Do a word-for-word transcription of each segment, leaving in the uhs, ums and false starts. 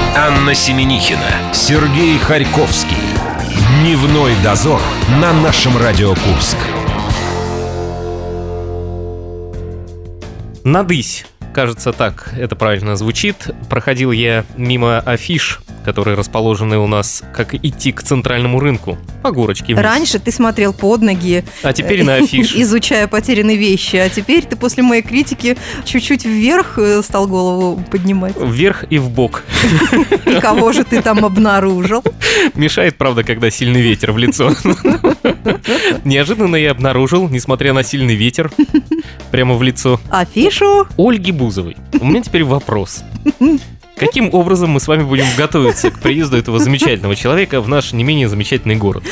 Анна Семенихина, Сергей Харьковский. Дневной дозор на нашем Радио Курск. Надысь, кажется, так это правильно звучит. Проходил я мимо афиш, которые расположены у нас, как идти к центральному рынку, по горочке вниз. Раньше ты смотрел под ноги, а теперь на афиши, изучая потерянные вещи, а теперь ты после моей критики чуть-чуть вверх стал голову поднимать. Вверх и вбок. И кого же ты там обнаружил? Мешает, правда, когда сильный ветер в лицо. Неожиданно я обнаружил, несмотря на сильный ветер, прямо в лицо, афишу Ольги Бузовой. У меня теперь вопрос. Каким образом мы с вами будем готовиться к приезду этого замечательного человека в наш не менее замечательный город?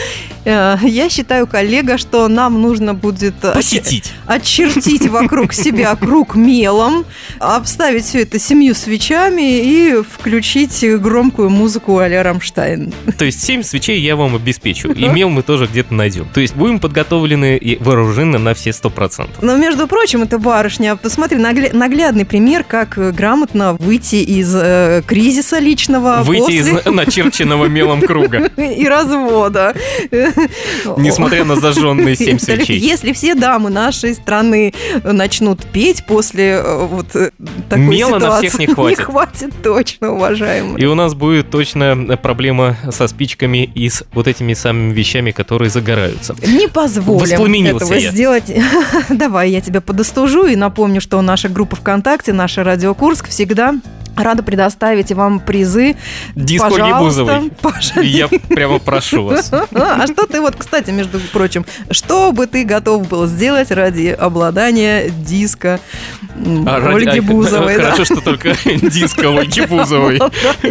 Я считаю, коллега, что нам нужно будет посетить, очертить вокруг себя круг мелом, обставить все это семью свечами и включить громкую музыку а-ля Рамштайн. То есть семь свечей я вам обеспечу, и мел мы тоже где-то найдем. То есть будем подготовлены и вооружены на все сто процентов. Но, между прочим, это барышня, посмотри, нагля- наглядный пример, как грамотно выйти из э, кризиса личного. Выйти после... из начерченного мелом круга. И развода. Несмотря на зажженные семь свечей. Если все дамы нашей страны начнут петь после вот такой мела ситуации, на всех не хватит. Не хватит точно, уважаемые. И у нас будет точно проблема со спичками и с вот этими самыми вещами, которые загораются. Не позволим этого я. сделать. Давай я тебя подостужу и напомню, что наша группа ВКонтакте, наша Радио Курск, всегда рада предоставить вам призы. Диск Ольги Бузовой. Я прямо прошу вас. А что ты вот, кстати, между прочим, что бы ты готов был сделать ради обладания диска а, Ольги ради... Бузовой? Хорошо, да? что только диска Ольги Бузовой.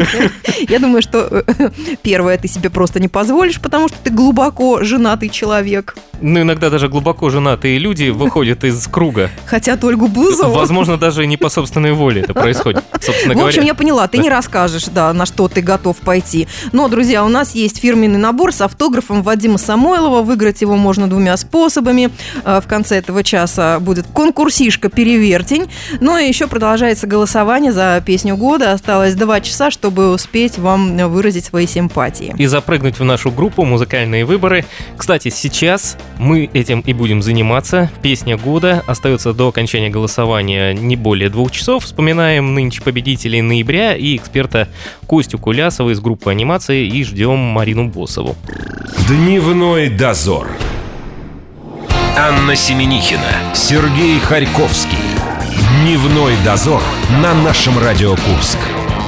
Я думаю, что первое, ты себе просто не позволишь, потому что ты глубоко женатый человек. Ну, иногда даже глубоко женатые люди выходят из круга. Хотят Ольгу Бузову. Возможно, даже не по собственной воле это происходит, собственно говоря. В общем, говоря. я поняла, ты да. не расскажешь, да, на что ты готов пойти. Но, друзья, у нас есть фирменный набор с автографом Вадима Самойлова. Выиграть его можно двумя способами. В конце этого часа будет конкурсишка-перевертень. Ну и еще продолжается голосование за песню года. Осталось два часа, чтобы успеть вам выразить свои симпатии. И запрыгнуть в нашу группу «Музыкальные выборы». Кстати, сейчас мы этим и будем заниматься. Песня года остается до окончания голосования не более двух часов. Вспоминаем нынче победителей ноября и эксперта Костю Кулясова из группы анимации и ждем Марину Босову. Дневной дозор. Анна Семенихина, Сергей Харьковский. Дневной дозор на нашем Радио Курск.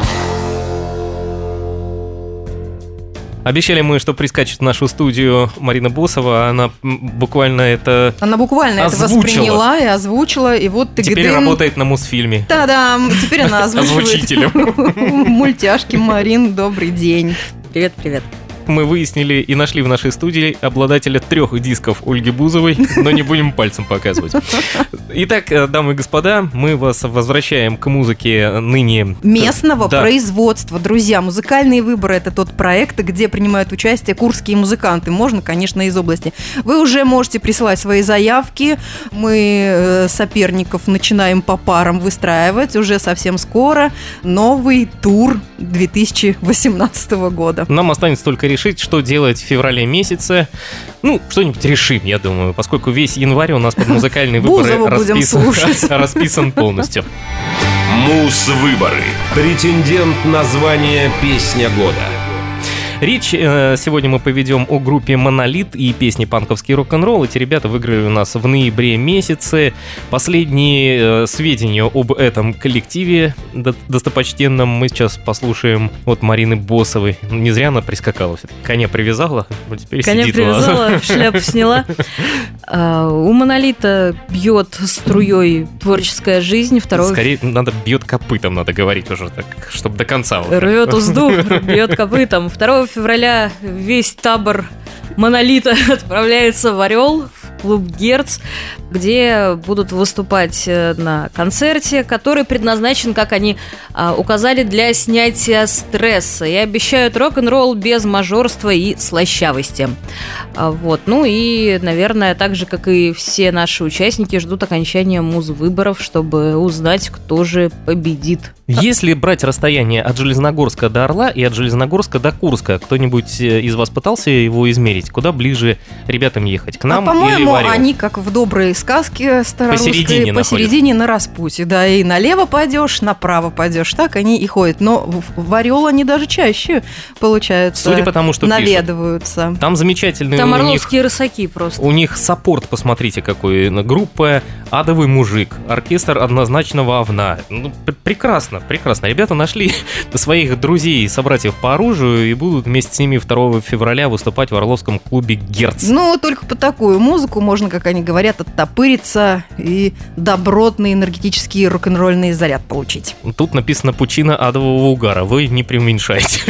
Обещали мы, что прискачет в нашу студию Марина Босова. Она буквально это Она буквально озвучила. это восприняла и озвучила. И вот ты теперь работает на Мосфильме. Та-дам! Теперь она озвучивает озвучителем мультяшки. Марин, добрый день. Привет-привет. Мы выяснили и нашли в нашей студии обладателя трех дисков Ольги Бузовой, но не будем пальцем показывать. Итак, дамы и господа, мы вас возвращаем к музыке ныне... местного да. производства. Друзья, «Музыкальные выборы» — это тот проект, где принимают участие курские музыканты. Можно, конечно, из области. Вы уже можете присылать свои заявки. Мы соперников начинаем по парам выстраивать. Уже совсем скоро новый тур две тысячи восемнадцатого года. Нам останется только решить, что делать в феврале месяце. Ну, что-нибудь решим, я думаю, поскольку весь январь у нас под музыкальные выборы расписан, расписан полностью. Муз-выборы. Претендент на звание «Песня года». Речь э, сегодня мы поведем о группе «Монолит» и песне «Панковский рок-н-ролл». Эти ребята выиграли у нас в ноябре месяце. Последние э, сведения об этом коллективе до- достопочтенном мы сейчас послушаем от Марины Босовой. Не зря она прискакала, коня привязала, теперь коня сидит. привязала, шляпу сняла. У «Монолита» бьет струей творческая жизнь. Второй... Скорее, надо бьет копытом, надо говорить уже так, чтобы до конца. Вот. Рвет узду, бьет копытом. второго февраля весь табор «Монолита» отправляется в Орел, в клуб «Герц», где будут выступать на концерте, который предназначен, как они а, указали, для снятия стресса. И обещают рок-н-ролл без мажорства и слащавости. А, вот. Ну и, наверное, так же, как и все наши участники, ждут окончания музвыборов, чтобы узнать, кто же победит. Если брать расстояние от Железногорска до Орла и от Железногорска до Курска, кто-нибудь из вас пытался его измерить? Куда ближе ребятам ехать? К нам а, или в по-моему, Орел? они, как в доброй сказке старорусской, Посередине посередине на распутье. Да, и налево пойдешь, направо пойдешь. Так они и ходят. Но в, в Орел они даже чаще, получается, Судя по тому, что наведываются. Пишут. Там замечательные Там у них... орловские рысаки просто. У них саппорт, посмотрите, какой. Группа «Адовый мужик», оркестр однозначного овна. Ну, пр- прекрасно, прекрасно. Ребята нашли своих друзей и собратьев по оружию и будут вместе с ними второго февраля выступать в орловском клубе «Герц». Ну, только по такую музыку можно, как они говорят, оттопыриться и добротный энергетический рок-н-ролльный заряд получить. Тут написано «Пучина адового угара». Вы не преуменьшаете.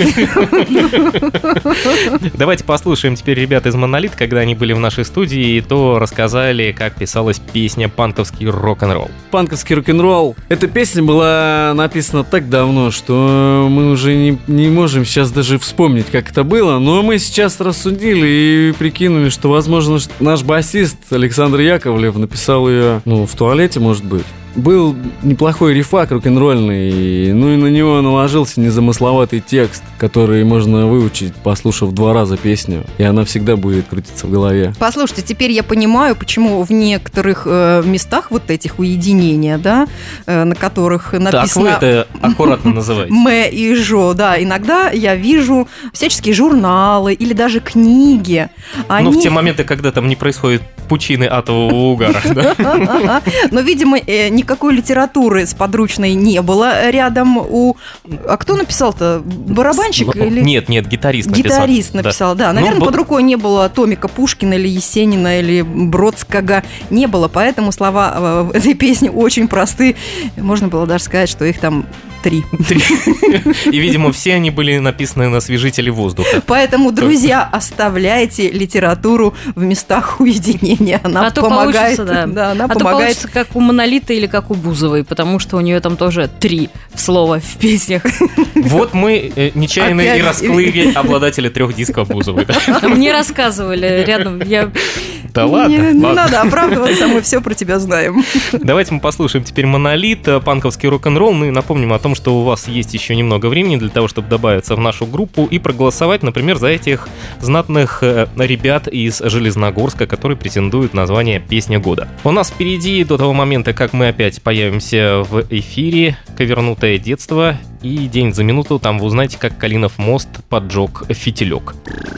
Давайте послушаем теперь ребят из «Монолит», когда они были в нашей студии, то рассказали, как писалась песня «Панковский рок-н-ролл». Панковский рок-н-ролл. Эта песня была написана так давно, что мы уже не, не можем сейчас даже вспомнить, как это было. Но мы сейчас рассудили и прикинули, что, возможно, наш басист Александр Яковлев написал ее, ну, в туалете, может быть. Был неплохой рифак рок-н-ролльный, ну и на него наложился незамысловатый текст, который можно выучить, послушав два раза песню, и она всегда будет крутиться в голове. Послушайте, теперь я понимаю, почему в некоторых э, местах вот этих уединения, да, э, на которых написано... Так вы это аккуратно называете. Мэ и Жо, да, иногда я вижу всяческие журналы или даже книги. Ну, в те моменты, когда там не происходит пучины атового угара, да? Но, видимо, никакой литературы с подручной не было рядом у... А кто написал-то? Барабанщик или... Нет, нет, гитарист написал. Гитарист написал, да. Наверное, под рукой не было томика Пушкина или Есенина или Бродского. Не было, поэтому слова в этой песне очень просты. Можно было даже сказать, что их там три. Три. И, видимо, все они были написаны на освежителе воздуха. Поэтому, друзья, оставляйте литературу в местах уединения. Она а помогает. То да. Да, она а помогает. то получится как у «Монолита» или как у Бузовой, потому что у нее там тоже три слова в песнях. Вот мы э, нечаянно Опять. и расклыли обладателя трех дисков Бузовой. Да? Мне рассказывали рядом. Я... Да ладно, Не, не ладно. надо оправдываться, мы все про тебя знаем. Давайте мы послушаем теперь «Монолит», панковский рок-н-ролл. Ну и напомним о том, что у вас есть еще немного времени для того, чтобы добавиться в нашу группу и проголосовать, например, за этих знатных э, ребят из Железногорска, которые претендуют на звание «Песня года». У нас впереди до того момента, как мы опять появимся в эфире, «Ковернутое детство», и день за минуту там вы узнаете, как Калинов мост поджег фитилек.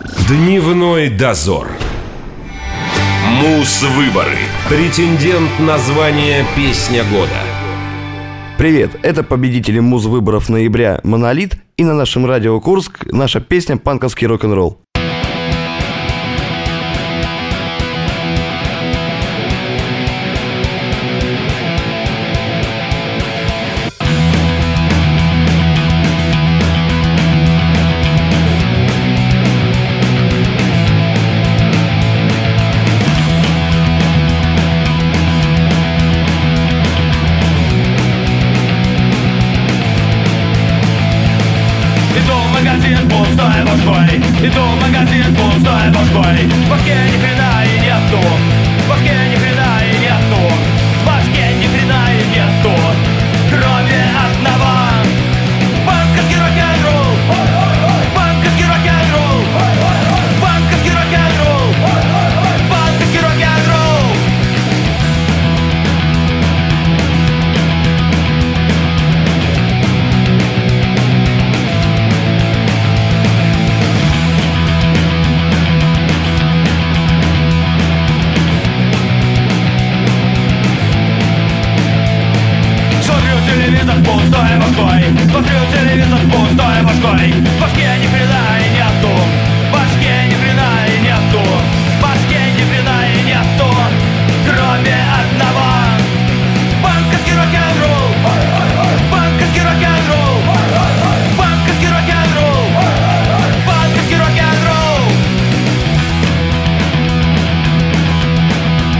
Дневной дозор. Муз-выборы. Претендент на звание «Песня года». Привет, это победители муз-выборов ноября «Монолит», и на нашем радио Курск наша песня «Панковский рок-н-ролл». Иду в магазин пустой башкой, иду в магазин пустой башкой. В башке ни хрена и нету, в башке ни хрена и нету, в башке ни хрена и нету, кроме одного. Панковский рок-н-ролл, панковский рок-н-ролл, панковский рок-н-ролл, панковский рок-н-ролл. Смотрю телевизор пустой башкой, смотрю телевизор пустой башкой. В башке ни хрена и нету, в башке ни хрена и нету, в башке ни хрена и нету, кроме одного. Панковский рок-н-ролл, панковский рок-н-ролл, панковский рок-н-ролл, панковский рок-н-ролл.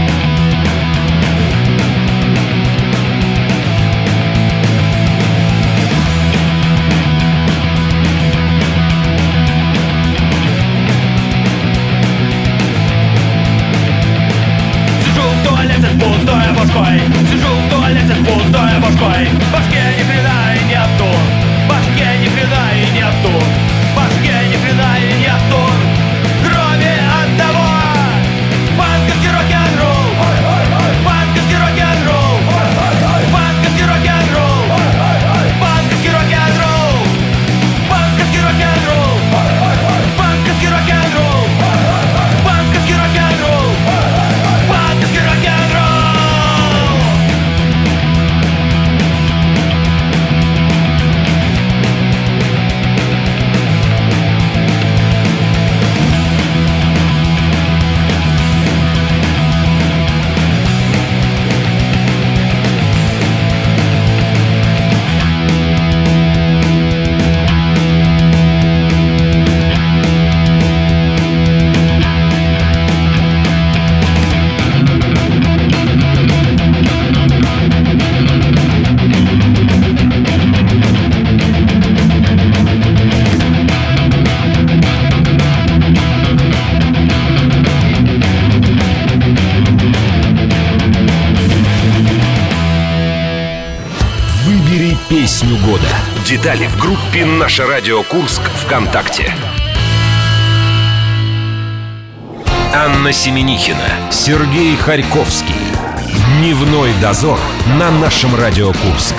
башкой. Сижу в туалете с пустой башкой. В башке ни хрена и нету. В башке ни хрена и нету. В башке ни хрена и нету. Кроме одного. Банковский рок-н-ролл. Банковский рок-н-ролл. Банковский рок-н-ролл. Банковский рок-н-ролл. Банковский рок-н-ролл. Банковский рок-н-ролл. Банковский рок-н-ролл. Банковский рок-н-ролл. Выбери песню года. Детали в группе «Наше радио Курск» ВКонтакте. Анна Семенихина, Сергей Харьковский. Дневной дозор на нашем радио Курск.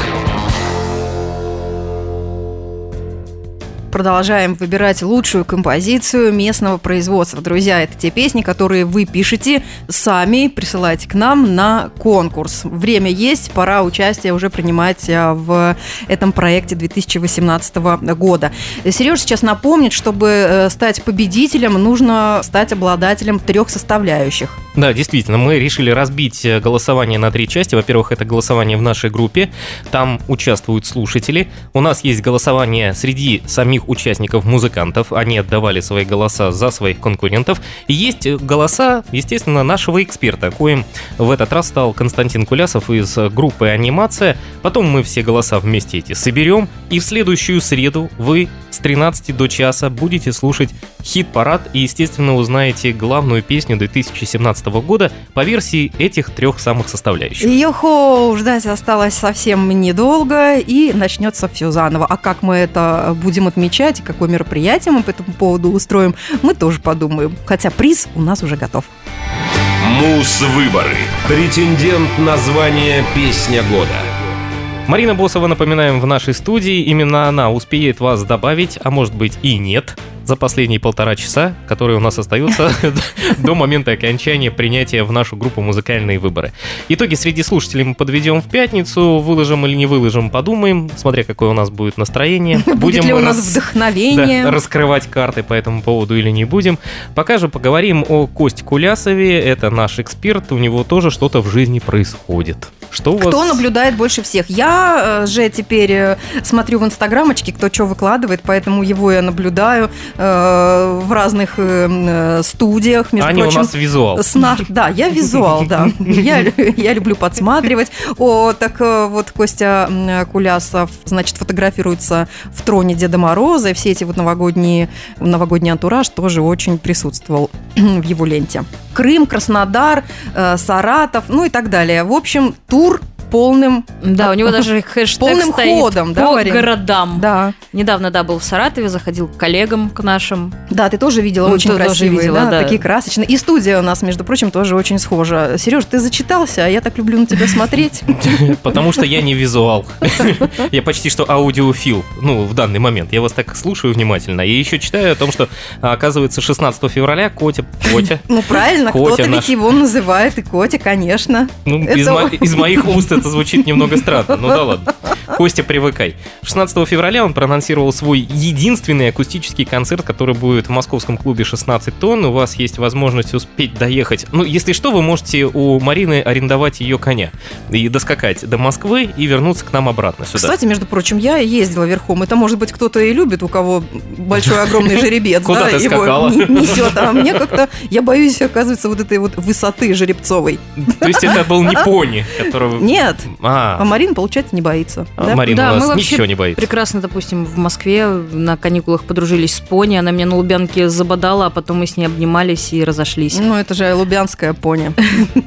Продолжаем выбирать лучшую композицию местного производства. Друзья, это те песни, которые вы пишете сами, присылайте к нам на конкурс. Время есть, пора участие уже принимать в этом проекте две тысячи восемнадцатого года. Сереж сейчас напомнит, чтобы стать победителем, нужно стать обладателем трех составляющих. Да, действительно, мы решили разбить голосование на три части. Во-первых, это голосование в нашей группе. Там участвуют слушатели. У нас есть голосование среди самих участников-музыкантов. Они отдавали свои голоса за своих конкурентов. И есть голоса, естественно, нашего эксперта, коим в этот раз стал Константин Кулясов из группы «Анимация». Потом мы все голоса вместе эти соберем. И в следующую среду вы с тринадцати до часа будете слушать хит-парад и, естественно, узнаете главную песню две тысячи семнадцатого года по версии этих трех самых составляющих. Йо-хо, ждать осталось совсем недолго, и начнется все заново. А как мы это будем отмечать, и какое мероприятие мы по этому поводу устроим, мы тоже подумаем. Хотя приз у нас уже готов. Муз-выборы. Претендент на звание «Песня года». Марина Босова, напоминаем, в нашей студии. Именно она успеет вас добавить, а может быть и нет, за последние полтора часа, которые у нас остаются до момента окончания принятия в нашу группу «Музыкальные выборы». Итоги среди слушателей мы подведем в пятницу. Выложим или не выложим, подумаем, смотря какое у нас будет настроение. Будет ли у нас вдохновение? Да, раскрывать карты по этому поводу или не будем. Пока же поговорим о Косте Кулясове. Это наш эксперт, у него тоже что-то в жизни происходит. Что у вас... Кто наблюдает больше всех? Я же теперь смотрю в инстаграмочке, кто что выкладывает, поэтому его я наблюдаю э, в разных э, студиях. Между Аня прочим, у нас визуал. С наш... Да, я визуал, да. Я, я люблю подсматривать. О, так вот Костя Кулясов, значит, фотографируется в троне Деда Мороза, и все эти вот новогодние, новогодний антураж тоже очень присутствовал в его ленте. Крым, Краснодар, э, Саратов, ну и так далее. В общем, тур полным... Да, у него даже хэштег полным стоит ходом, по да, городам. Да. Недавно, да, был в Саратове, заходил к коллегам, к нашим. Да, ты тоже видела, Ну, очень тоже красивые, видела, да, да. такие красочные. И студия у нас, между прочим, тоже очень схожа. Сереж, ты зачитался, а я так люблю на тебя смотреть. Потому что я не визуал. Я почти что аудиофил, ну, в данный момент. Я вас так слушаю внимательно. И еще читаю о том, что, оказывается, шестнадцатого февраля Котя... Котя... Ну, правильно, Котя кто-то наш. ведь его называет, и Котя, конечно. Ну, Это- из, мо- из моих уст это звучит немного странно. Ну да ладно. Костя, привыкай. шестнадцатого февраля он проанонсировал свой единственный акустический концерт, который будет в московском клубе шестнадцать тонн. У вас есть возможность успеть доехать. Ну, если что, вы можете у Марины арендовать ее коня и доскакать до Москвы и вернуться к нам обратно сюда. Кстати, между прочим, я ездила верхом. Это, может быть, кто-то и любит, у кого большой огромный жеребец, Куда да, ты его скакала? не- несет. А мне как-то, я боюсь, оказывается, вот этой вот высоты жеребцовой. То есть это был не пони, которого... Нет, а А, Марина, получается, не боится. а да? Марина Да, у мы нас вообще ничего не боится. Прекрасно, допустим, в Москве на каникулах подружились с пони, она меня на Лубянке забодала, а потом мы с ней обнимались и разошлись. Ну, это же лубянская пони.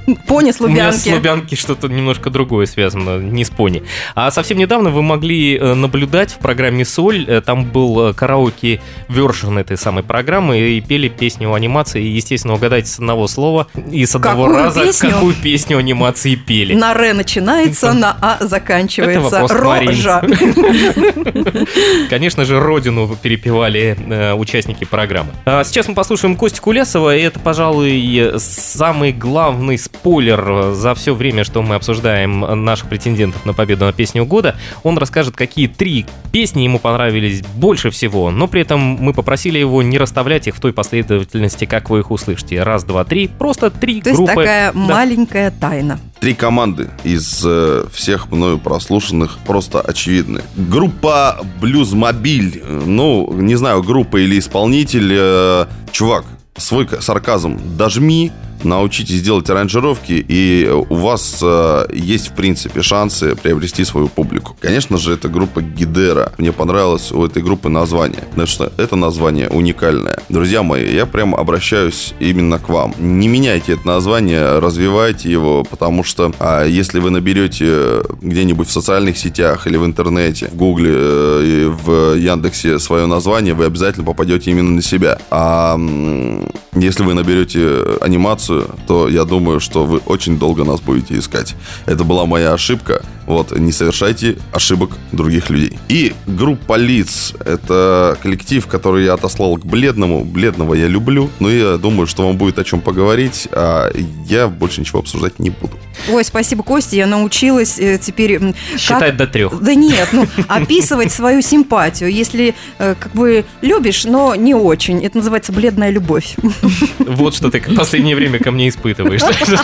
Пони с У меня с Лубянки. Лубянки что-то немножко другое связано, не с пони. А совсем недавно вы могли э, наблюдать в программе «Соль». Э, Там был э, караоке-вершн этой самой программы, и пели песню анимации. И, естественно, угадайте с одного слова и с одного Какую раза, песню? какую песню анимации пели. На «Р» начинается, на «А» заканчивается. Это вопрос к Марине. Рожа. Конечно же, родину перепевали э, участники программы. А сейчас мы послушаем Костю Кулясова, и это, пожалуй, самый главный спойлер за все время, что мы обсуждаем наших претендентов на победу на песню года. Он расскажет, какие три песни ему понравились больше всего, но при этом мы попросили его не расставлять их в той последовательности, как вы их услышите. Раз, два, три. Просто три То есть группы. такая Да. маленькая тайна. Три команды из э, всех мною прослушанных просто очевидны. Группа Блюзмобиль, ну, не знаю, группа или исполнитель, э, чувак, свой сарказм дожми, научитесь делать аранжировки, и у вас э, есть, в принципе, шансы приобрести свою публику. Конечно же, это группа Гидера. Мне понравилось у этой группы название, потому что это название уникальное. Друзья мои, я прям обращаюсь именно к вам. Не меняйте это название, развивайте его, потому что а, если вы наберете где-нибудь в социальных сетях или в интернете, в Гугле э, и в Яндексе свое название, вы обязательно попадете именно на себя. А м- если вы наберете анимацию, то я думаю, что вы очень долго нас будете искать. Это была моя ошибка. Вот, не совершайте ошибок других людей. И группа Лиц — это коллектив, который я отослал к Бледному. Бледного я люблю, но я думаю, что вам будет о чем поговорить, а я больше ничего обсуждать не буду. Ой, спасибо, Костя, я научилась э, теперь... м, Считать как- до трех. Да нет, ну, описывать свою симпатию. Если э, как бы любишь, но не очень. Это называется бледная любовь. Вот что ты в последнее время ко мне испытываешь.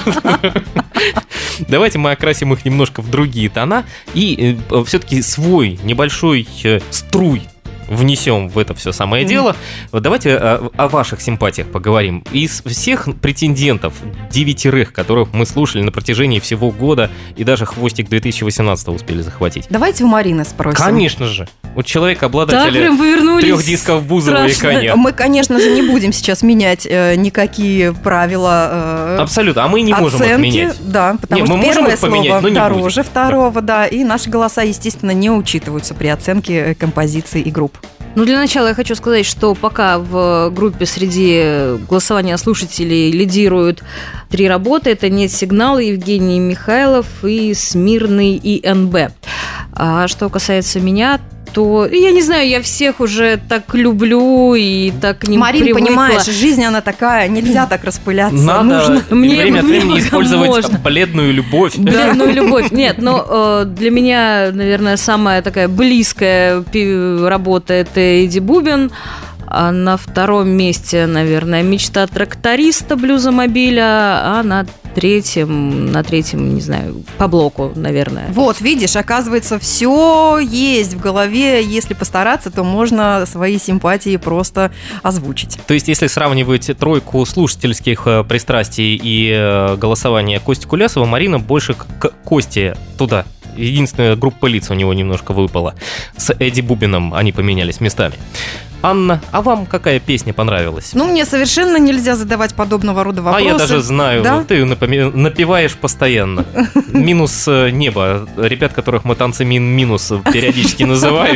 Давайте мы окрасим их немножко в другие тона и э, все-таки свой небольшой э, струй внесем в это все самое дело. Вот давайте о, о ваших симпатиях поговорим. Из всех претендентов, девятерых, которых мы слушали на протяжении всего года, и даже хвостик две тысячи восемнадцатого успели захватить. Давайте у Марины спросим. Конечно же. Вот человек, Так обладатель прям вы вернулись. трех дисков Бузова и Страшно. коня. Мы, конечно же, не будем сейчас менять э, никакие правила э, Абсолютно. А мы не можем их оценки. менять. Да, потому Не, что мы можем первое их поменять, слово но не дороже будем. второго, да, и наши голоса, естественно, не учитываются при оценке э, композиций и групп. Ну, для начала я хочу сказать, что пока в группе среди голосования слушателей лидируют три работы. Это «Нет сигнала», Евгений Михайлов и «Смирный» и эн бэ. А что касается меня, то, я не знаю, я всех уже так люблю и так к ним Марин, привыкла. понимаешь, жизнь она такая, нельзя так распыляться. Надо Нужно... Мне- время от мне времени пока использовать можно. бледную любовь. Да, ну любовь. Нет, но э, для меня, наверное, самая такая близкая пи- работа — это Эдди Бубен. А на втором месте, наверное, «Мечта тракториста» Блюзомобиля, а на третьем, на третьем, не знаю, по блоку, наверное. Вот, видишь, оказывается, все есть в голове. Если постараться, то можно свои симпатии просто озвучить. То есть, если сравнивать тройку слушательских э, пристрастий и э, голосования Кости Кулясова, Марина больше к, к Косте туда. Единственная группа лиц у него немножко выпала. С Эдди Бубином они поменялись местами. Анна, а вам какая песня понравилась? Ну, мне совершенно нельзя задавать подобного рода А вопросы. я даже знаю, Да? ты напоми- напеваешь постоянно. Минус э, небо. Ребят, которых мы танцы мин минус периодически называем.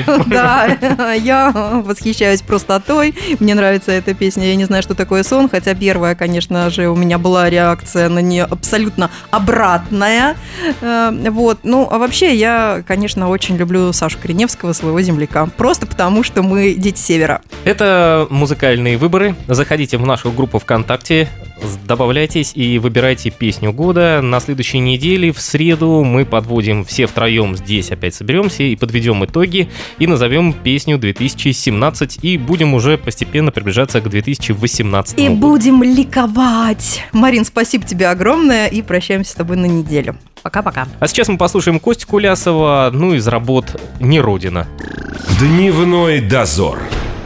Да, я восхищаюсь простотой. Мне нравится эта песня. Я не знаю, что такое сон, хотя первая, конечно же, у меня была реакция на нее абсолютно обратная. Э, Вот. Ну, а вообще, я, конечно, очень люблю Сашу Кореневского, своего земляка. Просто потому, что мы дети Севера. Это музыкальные выборы. Заходите в нашу группу ВКонтакте, добавляйтесь и выбирайте песню года. На следующей неделе, в среду, мы подводим все втроем здесь, опять соберемся и подведем итоги, и назовем песню две тысячи семнадцать, и будем уже постепенно приближаться к две тысячи восемнадцатому И году. будем ликовать. Марин, спасибо тебе огромное, и прощаемся с тобой на неделю. Пока-пока. А сейчас мы послушаем Костю Кулясова, ну, из работ «Не Родина». Дневной дозор.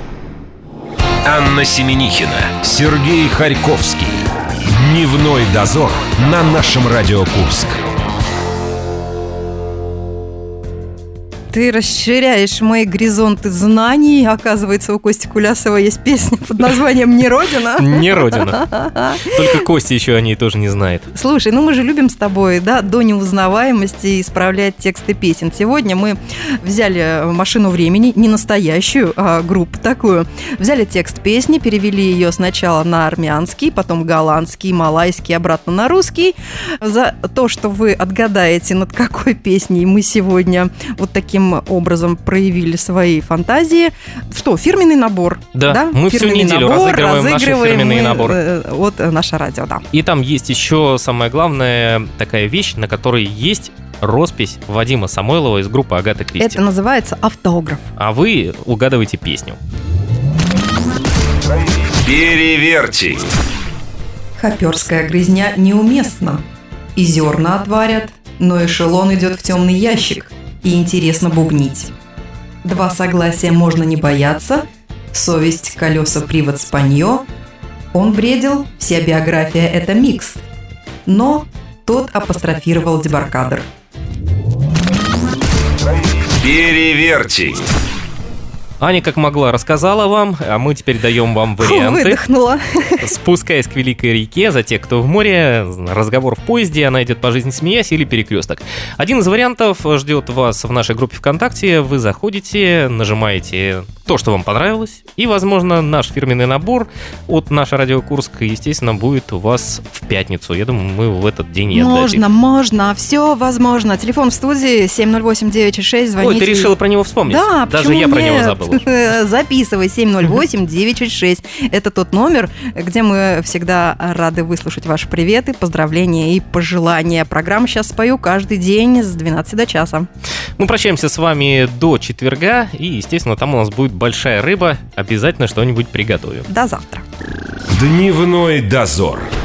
Анна Семенихина, Сергей Харьковский. Дневной дозор на нашем Радио Курск. Ты расширяешь мои горизонты знаний. Оказывается, у Кости Кулясова есть песня под названием «Не Родина». Не Родина. Только Костя еще о ней тоже не знает. Слушай, ну мы же любим с тобой, да, до неузнаваемости исправлять тексты песен. Сегодня мы взяли машину времени, не настоящую, а группу такую. Взяли текст песни, перевели ее сначала на армянский, потом голландский, малайский, обратно на русский. За то, что вы отгадаете, над какой песней мы сегодня вот таким образом проявили свои фантазии. Что, фирменный набор? Да, да? мы всю Фирменный неделю набор, разыгрываем наши фирменные мы, наборы. э, от «Наше радио», да. И там есть еще самая главная такая вещь, на которой есть роспись Вадима Самойлова из группы Агаты Кристи. Это называется автограф. А вы угадываете песню. Переверьте. Хоперская грязня неуместна. И зерна отварят, но эшелон идет в темный ящик, и интересно бубнить. Два согласия можно не бояться, совесть, колеса, привод, спанье. Он бредил, вся биография – это микс. Но тот апострофировал дебаркадер. Переверьте. Аня, как могла, рассказала вам, а мы теперь даем вам варианты. Выдохнула. Спускаясь к Великой реке, за те, кто в море, разговор в поезде, она идет по жизни смеясь или перекресток. Один из вариантов ждет вас в нашей группе ВКонтакте. Вы заходите, нажимаете то, что вам понравилось, и, возможно, наш фирменный набор от «Наше радио Курск», естественно, будет у вас в пятницу. Я думаю, мы в этот день и отдадим. Можно, можно, все возможно. Телефон в студии семь ноль восемь девять шесть шесть, звоните. Ой, ты решила про него вспомнить? Да, Даже я нет? про него забыл. Записывай семь ноль восемь девять шесть шесть. Это тот номер, где мы всегда рады выслушать ваши приветы, поздравления и пожелания. Программу сейчас спою каждый день с двенадцати до часа. Мы прощаемся с вами до четверга, и, естественно, там у нас будет большая рыба. Обязательно что-нибудь приготовим. До завтра. Дневной дозор.